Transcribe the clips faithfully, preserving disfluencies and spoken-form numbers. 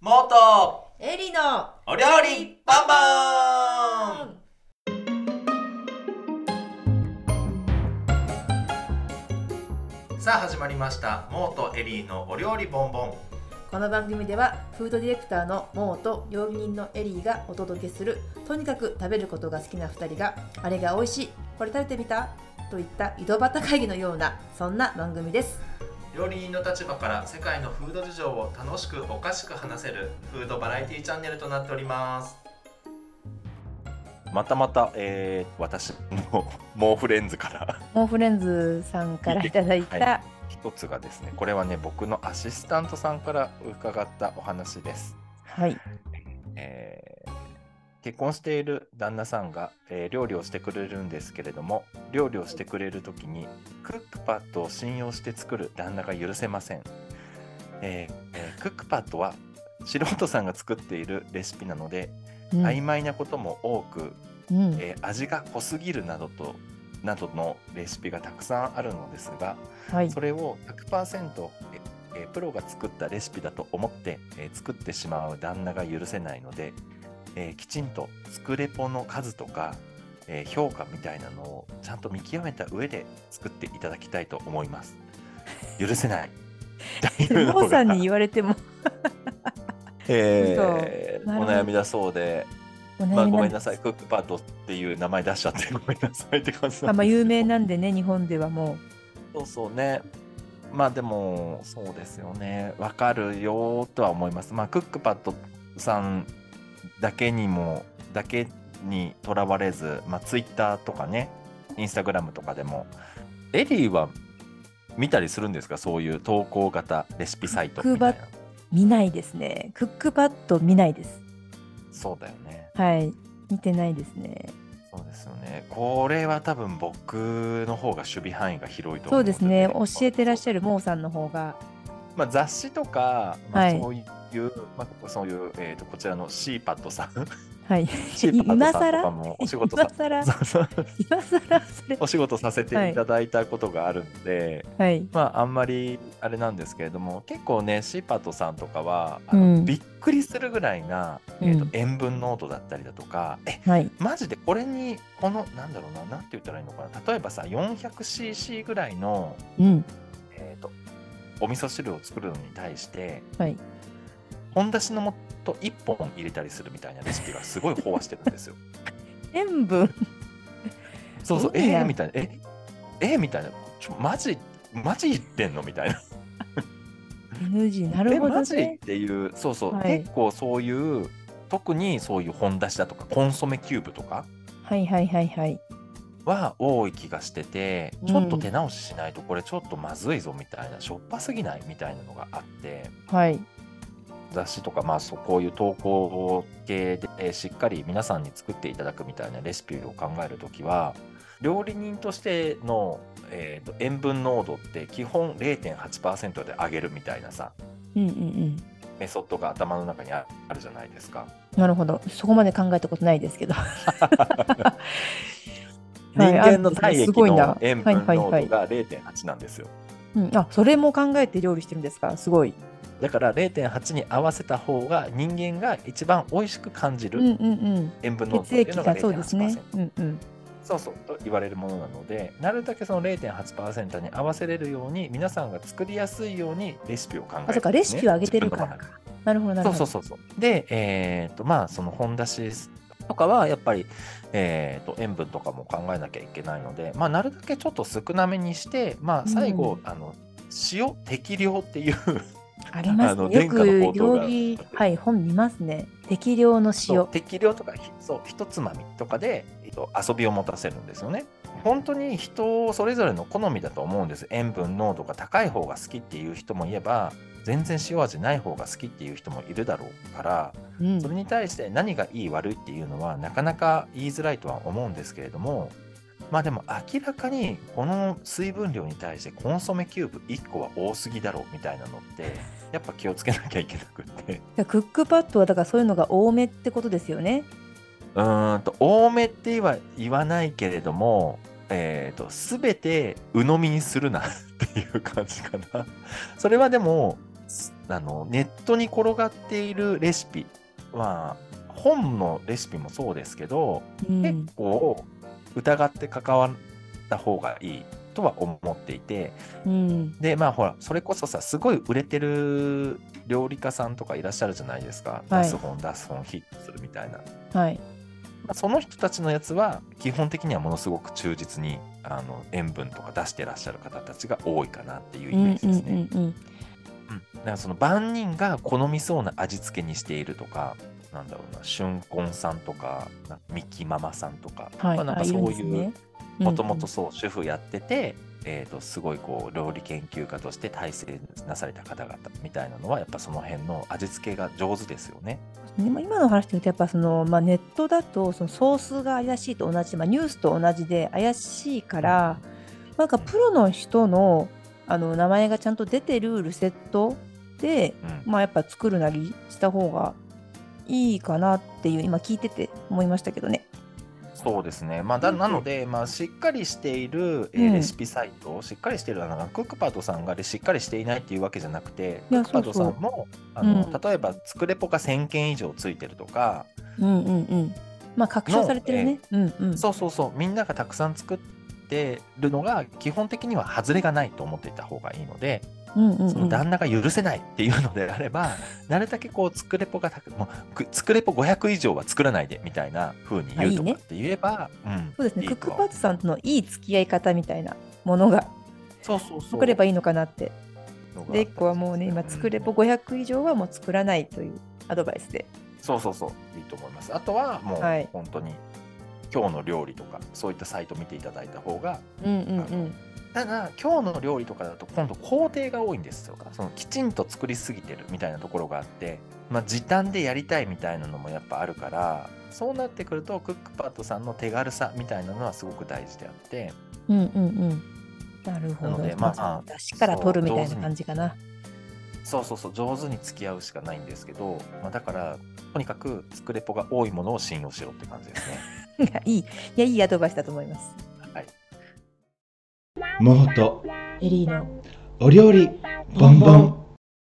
もっとエリのお料理バンバン。さあ始まりましたモーとエリーのお料理ボンボン。 この番組ではフードディレクターのモーと料理人のエリーがお届けする、とにかく食べることが好きなふたりが、あれが美味しい、これ食べてみたといった井戸端会議のような、そんな番組です。 料理人の立場から世界のフード事情を楽しくおかしく話せるフードバラエティチャンネルとなっております。またまた、えー、私のモーフレンズからモーフレンズさんからいただいた、 はい、一つがですね、これはね僕のアシスタントさんから伺ったお話です。 はい、 えー結婚している旦那さんが、えー料理をしてくれるんですけれども、料理をしてくれるときにクックパッドを信用して作る旦那が許せません。えーえークックパッドは素人さんが作っているレシピなので、 うん曖昧なことも多く、 うんえー味が濃すぎるなどとなどのレシピがたくさんあるのですが、 はい、 それを ひゃくパーセント、えープロが作ったレシピだと思って、えー作ってしまう旦那が許せないので、えーきちんと作レポの数とか、えー評価みたいなのをちゃんと見極めた上で作っていただきたいと思います。許せないというのモーさんにが、 言われてもえー嘘なるほどお悩みだそうで、 お悩みまあ、 なんです。 ごめんなさい、クックパッドっていう名前出しちゃってごめんなさいって感じあ、 なんですけど、 まあ有名なんでね、日本ではもそうそうね。まあでもそうですよね、わかるよとは思います。まあクックパッドさんだけにもだけにとらわれず、まあツイッターとかね、インスタグラムとかでも、エリーは見たりするんですか、そういう投稿型レシピサイトみたいな。 クックう見ないですね。クックパッド見ないです。 そうだよね。 はい、見てないですね。 そうですよね。これは多分僕の方が守備範囲が広いとそ思うので、 うですね。教えてらっしゃる。 るモーさんの方が。 まあ、雑誌とか、まあ、 はいそういう、まあ、そういう、えーと、こちらの シーパッド さんはい。 シーパッド今さんとか更もお仕事さ今更そうそう今更それ。 お仕事させていただいたことがあるので、 はい。 まああんまりあれなんですけれども、結構ね シーパッド さんとかはあの、 うんびっくりするぐらいな、えーとうん塩分濃度だったりだとか、えはい。 マジでこれにこのなんだろうな、なんて言ったらいいのかな、例えばさ よんひゃくシーシー ぐらいの、 うん。 えーとお味噌汁を作るのに対してはい。 本だしの素いっぽん入れたりするみたいなレシピがすごい飽和してるんですよ。 塩分。 そうそう、 いいなえー、みたいな、え、えー、みたいな、ちょ、マジ、マジ言ってんのみたいな。 エヌジー なるえ、 ほどマジっね。 ていう、そうそう、 はい結構そういう、特にそういう本だしだとか、コンソメキューブとかはいはいはいはい。 は多い気がしてて、 うんちょっと手直ししないと、これちょっとまずいぞみたいな、しょっぱすぎないみたいなのがあって、 はい。 雑誌とか、まあ、そうこういう投稿系で、えーしっかり皆さんに作っていただくみたいなレシピを考えるときは、料理人としての、えーと塩分濃度って基本 れいてんはちパーセント で上げるみたいなさ、 うんうんうん。 メソッドが頭の中にあるじゃないですか。 なるほど。そこまで考えたことないですけど。 人間の体液すごいなの塩はい分はいはい濃度が れいてんはち なんですよ。 うん、あ、それも考えて料理してるんですか。すごい。 だから れいてんはち に合わせた方が人間が一番美味しく感じるうんうんうん。 塩分濃度って血液いうのががそうですね。 れいてんはちパーセント。 うんうん。 そうそうと言われるものなので、なるだけその れいてんはちパーセント に合わせれるように、皆さんが作りやすいようにレシピを考えあ、そっか、 るんですね、 レシピを上げてるから自分の中で。 か。なるほどなるほど。 そうそうそうそう。で、えっとまあその本だしとかはやっぱり、えー、と塩分とかも考えなきゃいけないので、まあなるだけちょっと少なめにして、まあ最後、 うんあの塩適量っていうありますあのね。よ殿下のく宝刀が料理、はい、本見ますね。適量の塩そう。適量とかひそう一つまみとかで、えっと、遊びを持たせるんですよね。本当に人それぞれの好みだと思うんです。塩分濃度が高い方が好きっていう人もいれば、全然塩味ない方が好きっていう人もいるだろうから、 うんそれに対して何がいい悪いっていうのはなかなか言いづらいとは思うんですけれども、まあでも明らかにこの水分量に対してコンソメキューブいっこは多すぎだろうみたいなのってやっぱ気をつけなきゃいけなくってクックパッドはだからそういうのが多めってことですよね。 うーんと多めっては言わないけれども、えーと全て鵜呑みにするなっていう感じかな。それはでもあのネットに転がっているレシピは本のレシピもそうですけど、 うん、 結構疑って関わった方がいいとは思っていて、 うん、 でまあほらそれこそさすごい売れてる料理家さんとかいらっしゃるじゃないですか、 はい出す本出す本ヒットするみたいな、 はいまあ、その人たちのやつは基本的にはものすごく忠実にあの塩分とか出してらっしゃる方たちが多いかなっていうイメージですね。 うんうんうんうんうん、だからその万人が好みそうな味付けにしているとか、なんだろうな、春婚さんとか、なんかミキママさんとか、 はい、 まあ、なんかあいるんそういう、 ですね。 もともとうんそう、主婦やってて、えーと、すごいこう、料理研究家として大成なされた方々みたいなのは、やっぱその辺の味付けが上手ですよね。 うん、今今の話で言うとやっぱその、まあ、ネットだとそのソースが怪しいと同じ、まあ、ニュースと同じで怪しいから、なんかプロの人の、あの名前がちゃんと出てるルセットで、 うん、 まあ、やっぱ作るなりした方がいいかなっていう今聞いてて思いましたけどね。 そうですね。まあ、だうんなので、まあ、しっかりしている、えうんーレシピサイト、しっかりしているのは、クックパッドさんがしっかりしていないっていうわけじゃなくて、 いやクックパッドさそうそうんも、あの、 うん例えば、作レポがせんけん以上ついてるとか、 うんうんうんまあ確証されてるね。うんうんそうそうそう、みんながたくさん作ってるのが、基本的には外れがないと思っていた方がいいので、 うんうんその旦那が許せないっていうのであれば、なるだけこう、作レポがたく、もうく作レポごひゃく以上は作らないでみたいな風に言うとかって言えば、うんそうですね。 いいとはクックパッドさんとのいい付き合い方みたいなものがそうそうそう。 作ればいいのかなって。 のがで、いっこはもうね、今作レポごひゃく以上はもう作らないというアドバイスで。 そうそうそう、いいと思います。あとはもうはい本当に今日の料理とかそういったサイト見ていただいた方が、 うんうんうん。 ただ今日の料理とかだと今度工程が多いんですよ。そのきちんと作りすぎてるみたいなところがあって、まあ、時短でやりたいみたいなのもやっぱあるから、そうなってくるとクックパッドさんの手軽さみたいなのはすごく大事であって、 うんうんうん。なるほど。 なのでまあ出汁から取るみたいなそう感じかな。 そうそうそう、上手に付き合うしかないんですけど、まあ、だからとにかく作レポが多いものを信用しろって感じですね。 いや、いい。いや、いいアドバイスだと思います。 はい。 モーとエリーのお料理ボンボン。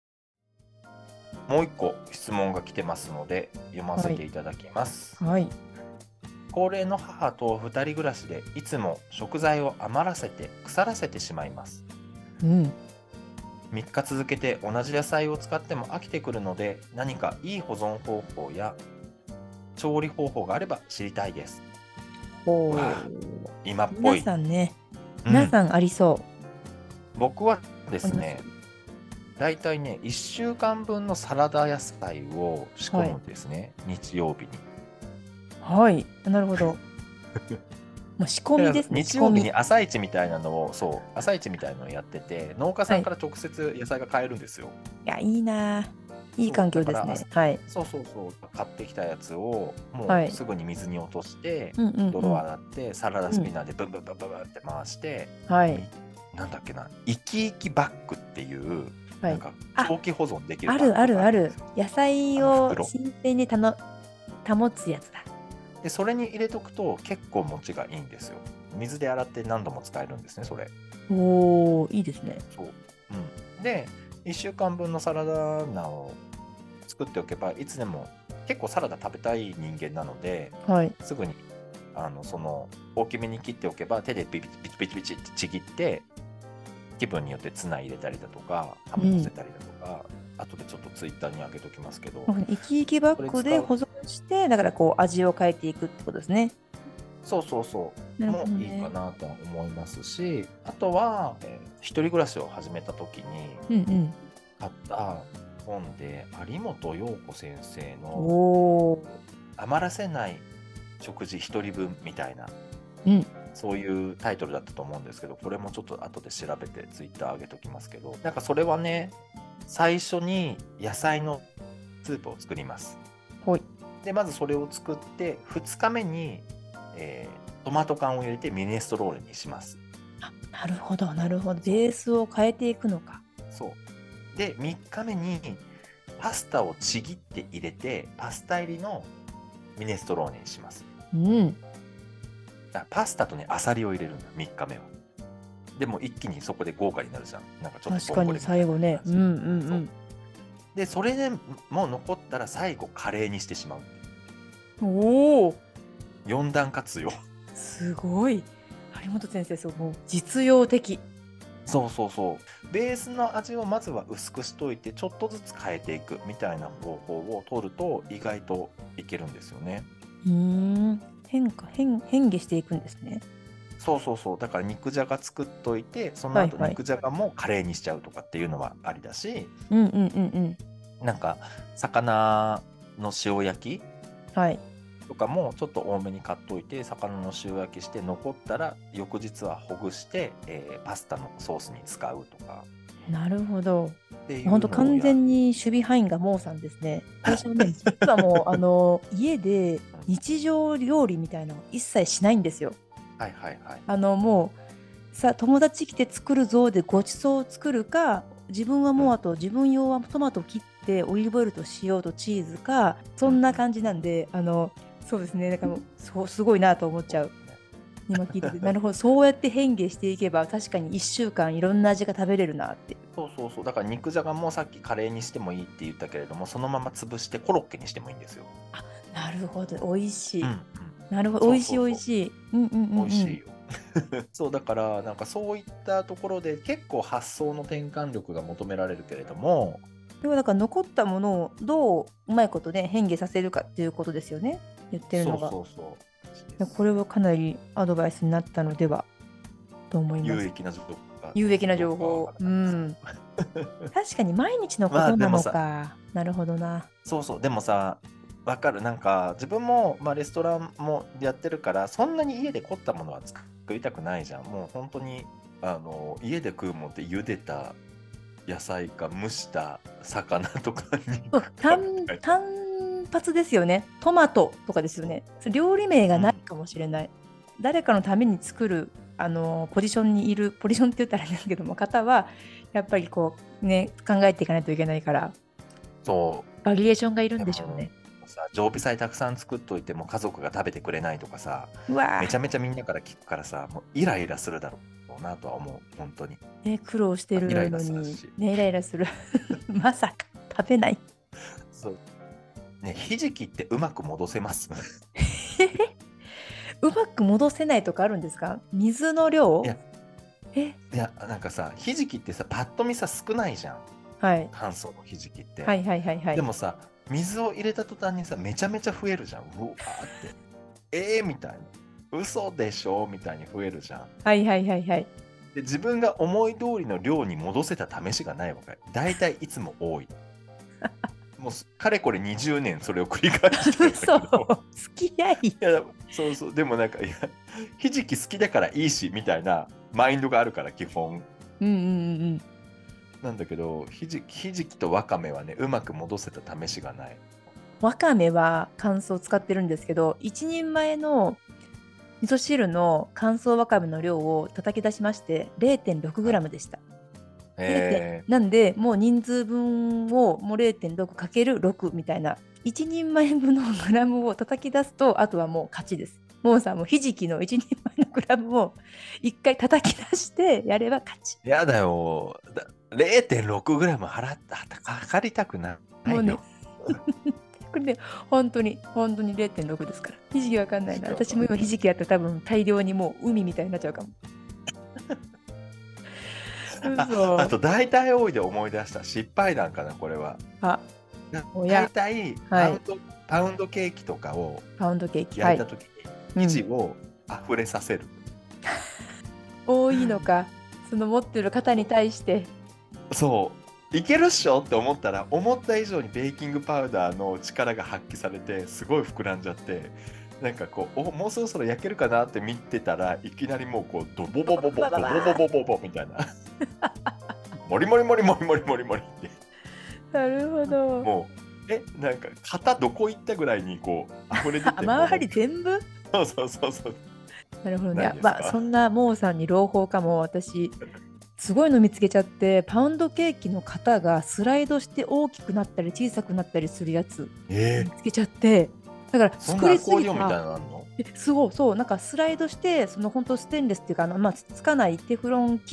もう一個質問が来てますので読ませていただきます。 はい。 高齢の母と二人暮らしでいつも食材を余らせて腐らせてしまいます。 うん。 みっか続けて同じ野菜を使っても飽きてくるので、何かいい保存方法や調理方法があれば知りたいです。 おわあ今っぽ皆い。 さんね、 うん皆さんありそ僕はですありね、だいたいねいっしゅうかんぶんのサラダ野菜を仕込むんですね、日曜日に。 う。はい。なるほど。もう仕込みですね。 日曜日に仕込朝市みたいなのを、そう、朝市みたいなのをやってて、農家さんから直接野菜が買えるんですよ。 みいや、いいな。いい環境ですね。はい。 そうそうそう、買ってきたやつをもはいうすぐに水に落として、 うんうん、うん。 泥洗ってサラダスピナーでブンブンブンブンブンって回して、 はい。 なんだっけな、生き生きバッグっていう、 はいなんかあ長期保存できるあバッグがるあるあるんですよ。 野菜あの袋を新鮮にたの保つやつだ。 でそれに入れとくと結構持ちがいいんですよ。水で洗って何度も使えるんですね、それ。 おー、いいですね。 そう、うん、でいっしゅうかんぶんのサラダ菜を作っておけばいつでも、結構サラダ食べたい人間なので、 はい。 すぐにあのその大きめに切っておけば手でビビビチビチビチってちぎって、気分によってツナ入れたりだとかハム乗せたりだとか、あとでちょっとツイッターに上げときますけど、 生き生きバッグで保存して、だからこう味を変えていくってことですね。 そうそうそうもなるほどねいいかなとは思いますし、あとは、えー一人暮らしを始めた時にうんうん。 買った本で有本陽子先生のおー。 余らせない食事一人分みたいな、 うん。 そういうタイトルだったと思うんですけど、これもちょっと後で調べてツイッター上げときますけど、なんかそれはね、最初に野菜のスープを作ります。 ほい。 でまずそれを作ってふつかめに、えートマト缶を入れてミネストローネにします。 あ、なるほど、なるほど。ベースを変えていくのか。 そうでみっかめにパスタをちぎって入れてパスタ入りのミネストローネにします。 うん。 あパスタとねアサリを入れるんだみっかめは。でも一気にそこで豪華になるじゃん。なんかちょっと確かに最後ね。うんうんうそうんでそれでもう残ったら最後カレーにしてしまう。 おお、 よん段活用。 すごい。張本先生、そう、もう実用的。 そうそうそう。ベースの味をまずは薄くしといて、ちょっとずつ変えていくみたいな方法を取ると意外といけるんですよね。 うーん、変化変変化していくんですね。 そうそうそう。だから肉じゃが作っといて、その後はいはい肉じゃがもカレーにしちゃうとかっていうのはありだし、 うんうんうんなんか魚の塩焼きうん。はい。 とかもちょっと多めに買っといて、魚の塩焼きして残ったら翌日はほぐして、えーパスタのソースに使うとかなるほど。 っていうのを本当完や全に守備範囲がモーさんですね。私もね、実はもうあの家で日常料理みたいなの一切しないんですよ。 はいはいはい。 あのもうさ友達来て作るぞでごちそうを作るか、自分はもうあと自分用はトマト切ってオリーブオイルと塩とチーズか、そんな感じなんで、あのそうですね、だからもうそうすごいなと思っちゃう。今聞いててなるほど、そうやって変化していけば確かにいっしゅうかんいろんな味が食べれるなって。 そうそうそう。だから肉じゃがもさっきカレーにしてもいいって言ったけれども、そのまま潰してコロッケにしてもいいんですよ。 なるほど、美味しい。 うんうん、 なるほど、 そう美味しいそうそう美味しい。うんうんうん、うん。 美味しいよ。そうだからなんかそういったところで結構発想の転換力が求められるけれども、 でもだから残ったものをどううまいことね変化させるかっていうことですよね、言ってるのが。 そうそうそう。 これはかなりアドバイスになったのではと思います。 有益な情報が有益な情報。うん。確かに毎日のことなのか。まあ、なるほどな。 そうそう。でもさ、わかる。なんか自分も、まあ、レストランもやってるから、そんなに家で凝ったものは作りたくないじゃん。もう本当にあの家で食うもんって茹でた野菜か蒸した魚とかに単単発ですよね。トマトとかですよね。料理名がないかもしれない。うん、誰かのために作るあのポジションにいる、ポジションって言ったらあれですけども、方はやっぱりこうね考えていかないといけないから、 そうバリエーションがいるんでしょうね。 さ、常備菜たくさん作っといても家族が食べてくれないとかさ、 うわめちゃめちゃみんなから聞くからさ、もうイライラするだろうなとは思う、本当に。 ね、苦労してるのに、 イライラするしね、イライラする。まさか食べない。 そう。ね、ひじきってうまく戻せますうまく戻せないとかあるんですか？水の量？ いや、 えいやなんかさ、ひじきってさ、パッと見さ少ないじゃん。 はい。 乾燥のひじきって。 はいはいはいはい。 でもさ、水を入れた途端にさ、めちゃめちゃ増えるじゃん。うわーって。えーみたいな。嘘でしょみたいに増えるじゃん。 はいはいはいはい。 で、自分が思い通りの量に戻せた試しがないわけ。だいたいいつも多い。もうかれこれにじゅうねんそれを繰り返してるんだけど。 そう付き合い。 いやそうそう。でもなんか、いや、ひじき好きだからいいしみたいなマインドがあるから基本。 うんうんうんなんだけど、ひじひじきとわかめはね、うまく戻せた試しがない。 わかめは乾燥を使ってるんですけど、一人前の味噌汁の乾燥わかめの量を叩き出しまして れいてんろくグラム でした。 えー、 なんでもう人数分をもう れいてんろくかけるろく みたいな、一人前分のグラムを叩き出すとあとはもう勝ちです。もうさ、もうひじきの一人前のグラムを一回叩き出してやれば勝ち。 やだよ。れいてんろくグラム 払った測りたくないよ。もうねこれね、本当に本当に れいてんろく ですから。ひじきわかんないな。私も今ひじきやったら多分大量にもう海みたいになっちゃうかも。 あ, あと大体多いで思い出した失敗談かな、これは。あ大体パウンド、はい、パウンドケーキとかをパウンドケーキ焼いた時に生地を溢れさせる、 うん、多いのか、その持ってる方に対して。 そういけるっしょって思ったら、思った以上にベーキングパウダーの力が発揮されてすごい膨らんじゃって、なんかこうおもうそろそろ焼けるかなって見てたら、いきなりもうこうドボボボボボボボボボボみたいなモリモリモリモリモリモリモリってなるほど。 もうえなんか型どこ行ったぐらいにこう溢れ出て周り全部そうそうそうそう。 なるほどね。まあそんなモーさんに朗報かも。私すごいの見つけちゃって、パウンドケーキの型がスライドして大きくなったり小さくなったりするやつ、えー、見つけちゃって、だから作りすぎた。そんなアコーディオンみたいなのあんの？えすごいそう、なんかスライドして、その本当ステンレスっていうか、あの、まあ、つつかないテフロン機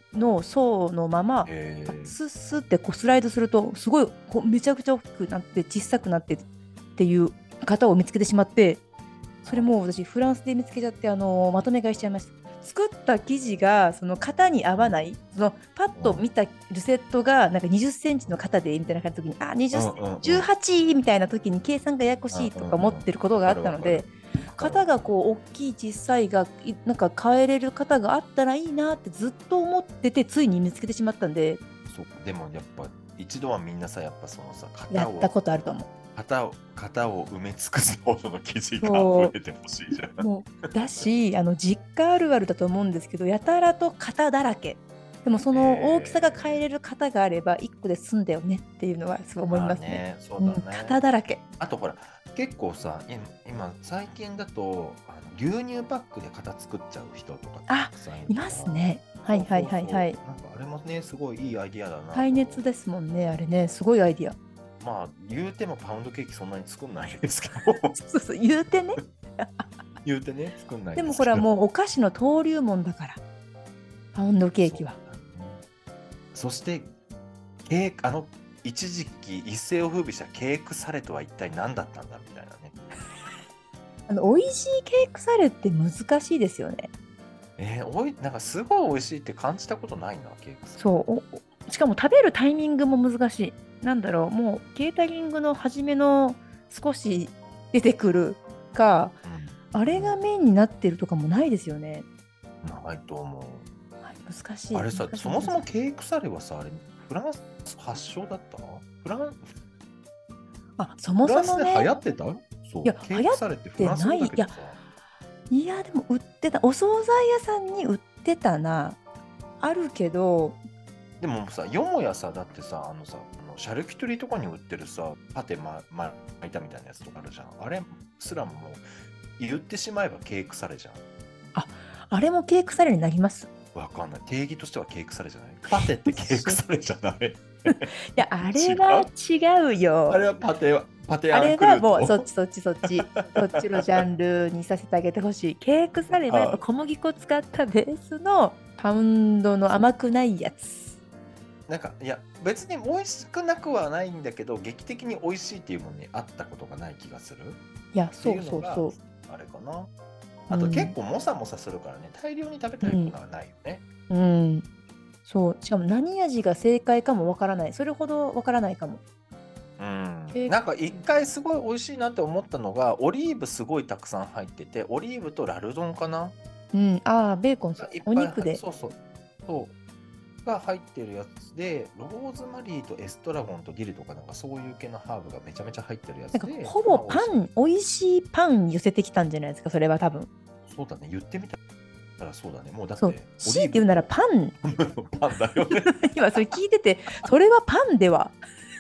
の層のままへースッスッってこうスライドするとすごいこうめちゃくちゃ大きくなって小さくなってっていう型を見つけてしまって、それも私フランスで見つけちゃって、あのまとめ買いしちゃいました。作った生地がその型に合わない、そのパッと見たルセットがなんかにじゅっセンチの型でみたいな感じの時に、あにじゅう、 うんうんうんじゅうはちみたいな時に計算がややこしいとか思ってることがあったので、型がこう大きい小さいがいなんか変えれる型があったらいいなってずっと思ってて、ついに見つけてしまったんで。 そうでもやっぱ一度はみんなさ、やっぱそのさやった型をことあると思う。 型を型を埋め尽くすほどの生地がそう溢れてほしいじゃん。 もうだし、あの実家あるあるだと思うんですけど、やたらと型だらけ。でもその大きさが変えれる型があればいっこで済んだよねっていうのはすごい思いますね。 まあそうだねうん、型だらけ。 あとほら結構さ今今最近だとあの牛乳パックで型作っちゃう人とかあたくさんいるいますね。はいはいはいはい。 そうそうそうなんかあれもねすごいいいアイディアだな。 耐熱ですもんね、あれね、すごいアイディア。 まあ言うてもパウンドケーキそんなに作んないですけどそうそう言うてね。 言うてね作んないでもほらうもうお菓子の登竜門だから、パウンドケーキは。 そしてケークあの一時期一世を風靡したケークサレとは一体何だったんだみたいなね。 あの美味しいケークサレって難しいですよね。 えー、おいなんかすごい美味しいって感じたことないなケークサレ。 そうおしかも食べるタイミングも難しい。なんだろう、もうケータリングの初めの少し出てくるか、 うん、 あれがメインになってるとかもないですよね。 ないと思う。 はい、難しい。 あれさ難しいそもそもケークサレはさあれフランス発祥だったフランあそもフランスでそもね。 流行ってたそういやケークサレってフランス語だけどさいやでも売ってた、お惣菜屋さんに売ってたな、あるけど。 でもさよもやさだってさあのさあのシャルキュトリーとかに売ってるさパテま巻いたみたいなやつとかあるじゃん。あれすらももう言ってしまえばケークサレじゃん。 ああれもケークサレになります。 わかんない。定義としてはケークサレじゃない。パテってケークサレじゃない。いやあれは違うよ。 あれはパテはパテあれアンクルート。 はもうそっちそっちそっちそっちのジャンルにさせてあげてほしい。ケークサレはやっぱ小麦粉使ったベースのパウンドの甘くないやつ。 なんかいや別に美味しくなくはないんだけど劇的に美味しいっていうものにあったことがない気がする。 いやそうそうそう。 あれかな。あと結構もさもさするからね、大量に食べたいものはないよね。 うん、うん、そうしかも何味が正解かもわからない。それほどわからないかも。 うん、なんか一回すごい美味しいなって思ったのがオリーブすごいたくさん入ってて、オリーブとラルドンかな。 うん、ああベーコンお肉でそうそうそうが入ってるやつで、ローズマリーとエストラゴンとディルとかなんかそういう系のハーブがめちゃめちゃ入ってるやつで、 なんかほぼパン、美味しいパン寄せてきたんじゃないですか、それは多分。 そうだね、言ってみたらそうだね。もうだってそう強いて言うならパンパンだよね。 今それ聞いてて、それはパンでは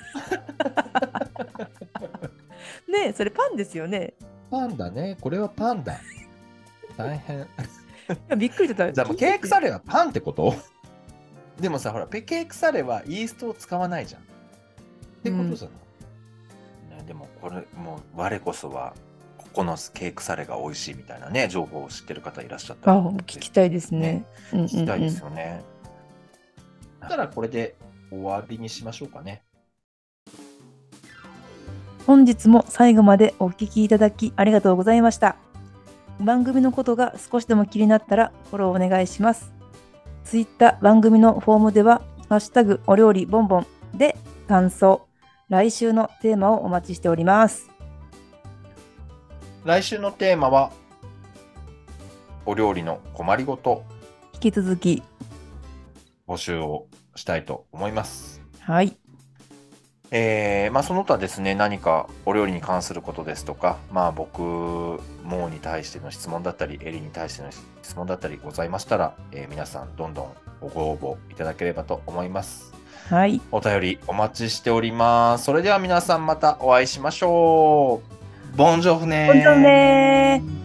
ねえ、それパンですよね。 パンだね、これはパンだ。大変。 いやびっくりした。 じゃあもうケークサレはパンってこと？でもさ、ほら、ケークサレはイーストを使わないじゃん。ってことじゃない、うんね、でもこれ、もう我こそは、ここのケークサレが美味しいみたいなね、情報を知ってる方いらっしゃったら。 あ、聞きたいですね。 ね、聞きたいですよね。だからこれで終わりにしましょうかね。 本日も最後までお聞きいただきありがとうございました。番組のことが少しでも気になったらフォローお願いします。ツイッター番組のフォームではハッシュタグお料理ボンボンで感想、来週のテーマをお待ちしております。 来週のテーマはお料理の困りごと、 引き続き募集をしたいと思います。 はい。 えーまあ、その他ですね、何かお料理に関することですとか、まあ、僕もに対しての質問だったり、エリに対しての質問だったりございましたら、えー皆さんどんどんご応募いただければと思います。 はい。 お便りお待ちしております。それでは皆さんまたお会いしましょう。ボンジョフネー。 ボンジョフネー。